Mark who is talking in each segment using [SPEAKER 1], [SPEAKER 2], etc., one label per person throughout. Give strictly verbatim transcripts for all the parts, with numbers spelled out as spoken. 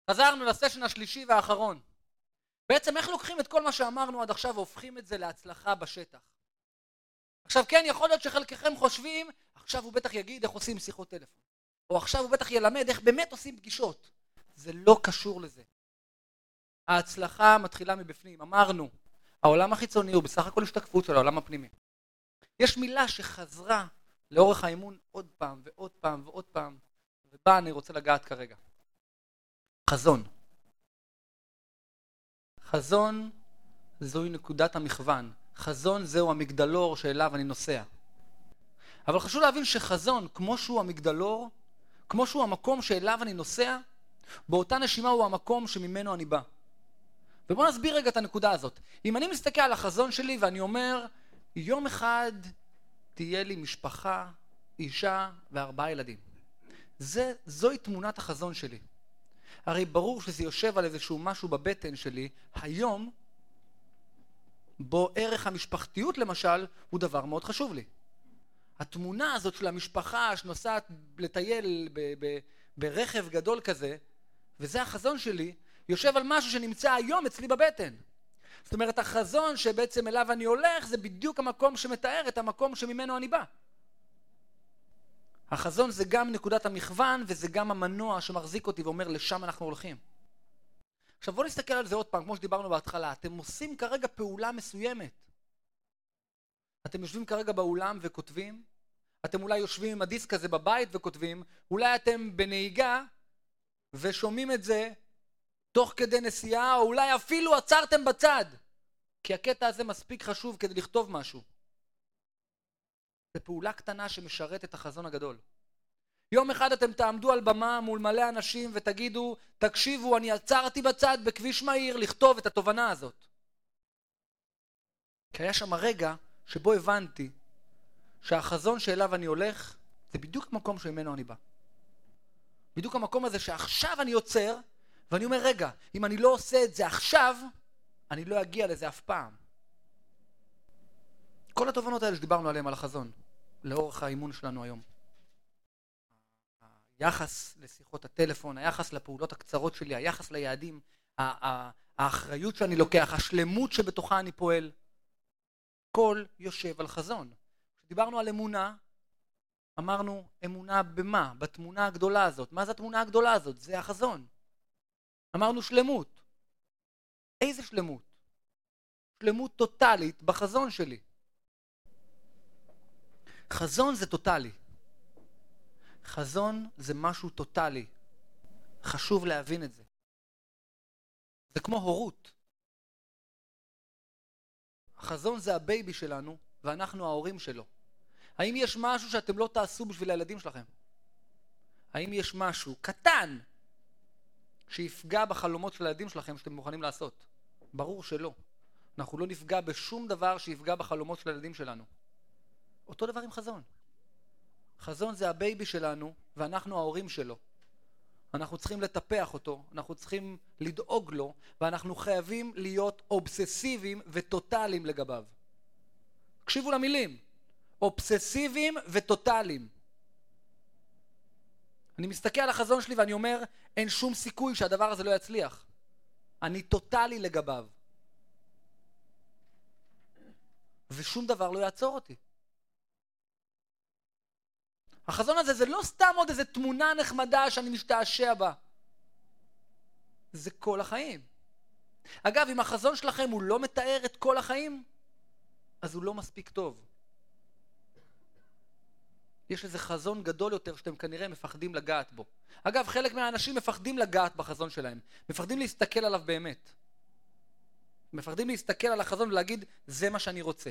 [SPEAKER 1] חזרנו לסשן השלישי והאחרון. בעצם איך לוקחים את כל מה שאמרנו עד עכשיו והופכים את זה להצלחה בשטח. עכשיו כן, יכול להיות שחלקכם חושבים, עכשיו הוא בטח יגיד איך עושים שיחות טלפון. או עכשיו הוא בטח ילמד איך באמת עושים פגישות. זה לא קשור לזה. ההצלחה מתחילה מבפנים. אמרנו, העולם החיצוני הוא בסך הכל השתקפות של העולם הפנימי. יש מילה שחזרה לאורך האימון עוד פעם ועוד פעם ועוד פעם, ובה אני רוצה לגעת כרגע. חזון. חזון זוהי נקודת המכוון. חזון זהו המגדלור שאליו אני נוסע. אבל חשוב להבין שחזון, כמו שהוא המגדלור, כמו שהוא המקום שאליו אני נוסע, באותה נשימה הוא המקום שממנו אני בא. ובואו נסביר רגע את הנקודה הזאת. אם אני מסתכל על החזון שלי ואני אומר, יום אחד תהיה לי משפחה, אישה וארבעה ילדים. זה, זוהי תמונת החזון שלי. הרי ברור שזה יושב על איזשהו משהו בבטן שלי, היום, בו ערך המשפחתיות למשל, הוא דבר מאוד חשוב לי. התמונה הזאת של המשפחה שנוסעת לטייל ב- ב- ברכב גדול כזה, וזה החזון שלי, יושב על משהו שנמצא היום אצלי בבטן. זאת אומרת, החזון שבעצם אליו אני הולך, זה בדיוק המקום שמתאר את המקום שממנו אני בא. החזון זה גם נקודת המכוון, וזה גם המנוע שמחזיק אותי ואומר, לשם אנחנו הולכים. עכשיו בואו נסתכל על זה עוד פעם, כמו שדיברנו בהתחלה. אתם עושים כרגע פעולה מסוימת. אתם יושבים כרגע באולם וכותבים, אתם אולי יושבים עם הדיסק הזה בבית וכותבים, אולי אתם בנהיגה ושומעים את זה תוך כדי נסיעה, או אולי אפילו עצרתם בצד, כי הקטע הזה מספיק חשוב כדי לכתוב משהו. זה פעולה קטנה שמשרת את החזון הגדול. יום אחד אתם תעמדו על במה מול מלא אנשים ותגידו, תקשיבו, אני עצרתי בצד בכביש מהיר לכתוב את התובנה הזאת. כי היה שם הרגע שבו הבנתי שהחזון שאליו אני הולך, זה בדיוק המקום שממנו אני בא. בדיוק המקום הזה שעכשיו אני עוצר, ואני אומר, רגע, אם אני לא עושה את זה עכשיו, אני לא אגיע לזה אף פעם. כל התובנות האלה שדיברנו עליהן על החזון, לאורך האימון שלנו היום. היחס לשיחות הטלפון, היחס לפעולות הקצרות שלי, היחס ליעדים, האחריות שאני לוקח, השלמות שבתוכה אני פועל, כל יושב על חזון. כשדיברנו על אמונה, אמרנו אמונה במה? בתמונה הגדולה הזאת. מה זה התמונה הגדולה הזאת? זה החזון. אמרנו שלמות. איזה שלמות? שלמות טוטלית בחזון שלי. חזון זה טוטלי. חזון זה משהו טוטלי. חשוב להבין את זה. זה כמו הורות. החזון זה הבייבי שלנו, ואנחנו ההורים שלו. האם יש משהו שאתם לא תעשו בשביל הילדים שלכם? האם יש משהו קטן שיפגע בחלומות של הילדים שלכם שאתם מוכנים לעשות? ברור שלא. אנחנו לא נפגע בשום דבר שיפגע בחלומות של הילדים שלנו. אותו דבר עם חזון. חזון זה הבייבי שלנו, ואנחנו ההורים שלו. אנחנו צריכים לטפח אותו, אנחנו צריכים לדאוג לו, ואנחנו חייבים להיות אובססיביים וטוטליים לגביו. תקשיבו למילים. אובססיביים וטוטליים. אני מסתכל על החזון שלי ואני אומר, אין שום סיכוי שהדבר הזה לא יצליח. אני טוטלי לגביו. ושום דבר לא יעצור אותי. החזון הזה זה לא סתם עוד איזו תמונה נחמדה שאני משתעשע בה. זה כל החיים. אגב, אם החזון שלכם הוא לא מתאר את כל החיים, אז הוא לא מספיק טוב. יש איזה חזון גדול יותר שאתם כנראה מפחדים לגעת בו. אגב, חלק מהאנשים מפחדים לגעת בחזון שלהם. מפחדים להסתכל עליו באמת. מפחדים להסתכל על החזון ולהגיד, זה מה שאני רוצה.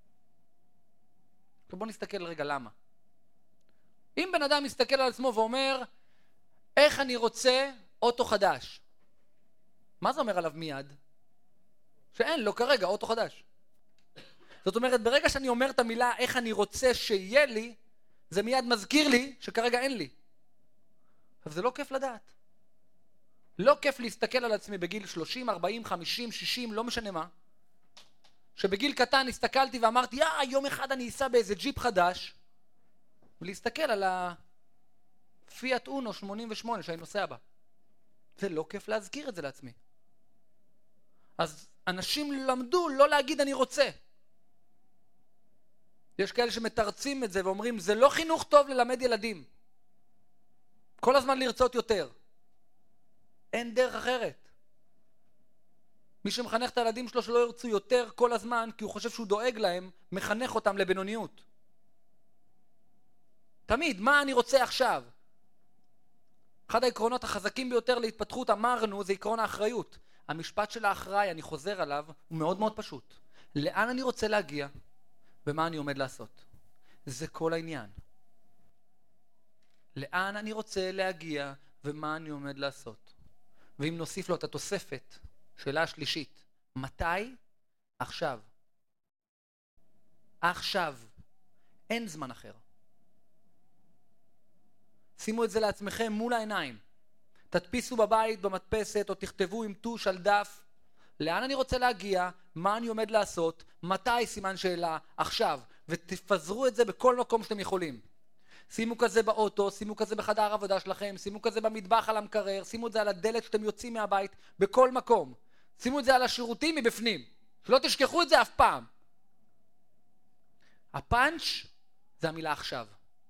[SPEAKER 1] בואו נסתכל רגע למה. אם בן אדם מסתכל על עצמו ואומר, איך אני רוצה אוטו חדש? מה זה אומר עליו מיד? שאין לו כרגע אוטו חדש. זאת אומרת, ברגע שאני אומר את המילה, איך אני רוצה שיהיה לי, זה מיד מזכיר לי שכרגע אין לי. אבל זה לא כיף לדעת. לא כיף להסתכל על עצמי בגיל שלושים, ארבעים, חמישים, שישים, לא משנה מה. שבגיל קטן הסתכלתי ואמרתי, יא, יום אחד אני אסע באיזה ג'יפ חדש, ולהסתכל על הפיאט אונו שמונים ושמונה שאני נוסע בה. זה לא כיף להזכיר את זה לעצמי. אז אנשים למדו לא להגיד אני רוצה. יש כאלה שמתרצים את זה ואומרים, זה לא חינוך טוב ללמד ילדים. כל הזמן לרצות יותר. אין דרך אחרת. מי שמחנך את הילדים שלו שלא ירצו יותר כל הזמן, כי הוא חושב שהוא דואג להם, מחנך אותם לבינוניות. תמיד, מה אני רוצה עכשיו? אחד העקרונות החזקים ביותר להתפתחות, אמרנו, זה עקרון האחריות. המשפט של האחראי, אני חוזר עליו, הוא מאוד מאוד פשוט. לאן אני רוצה להגיע ומה אני עומד לעשות? זה כל העניין. לאן אני רוצה להגיע ומה אני עומד לעשות? ואם נוסיף לו את התוספת, שאלה השלישית, מתי? עכשיו. עכשיו. אין זמן אחר. שימו את זה לעצמכם מול העיניים. תדפיסו בבית, במדפסת, או תכתבו עם טוש על דף. לאן אני רוצה להגיע? מה אני עומד לעשות? מתי? סימן שאלה. עכשיו. ותפזרו את זה בכל מקום שאתם יכולים. שימו כזה באוטו, שימו כזה בחדר העבודה שלכם, שימו כזה במטבח על המקרר, שימו את זה על הדלת שאתם יוצאים מהבית, בכל מקום. שימו את זה על השירותים מבפנים. שלא תשכחו את זה אף פעם. הפאנץ' זה המילה עכשיו.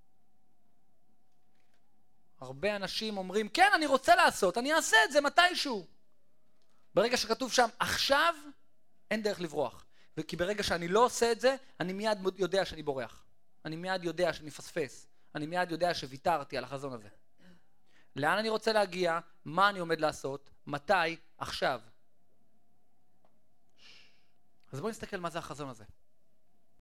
[SPEAKER 1] הרבה אנשים אומרים, כן, אני רוצה לעשות, אני אעשה את זה מתישהו. ברגע שכתוב שם עכשיו, אין דרך לברוח. וכי ברגע שאני לא עושה את זה, אני מיד יודע שאני בורח. אני מיד יודע שאני פספס. אני מיד יודע שוויתרתי על החזון הזה. לאן אני רוצה להגיע? מה אני עומד לעשות? מתי? עכשיו. אז בואו נסתכל מה זה החזון הזה.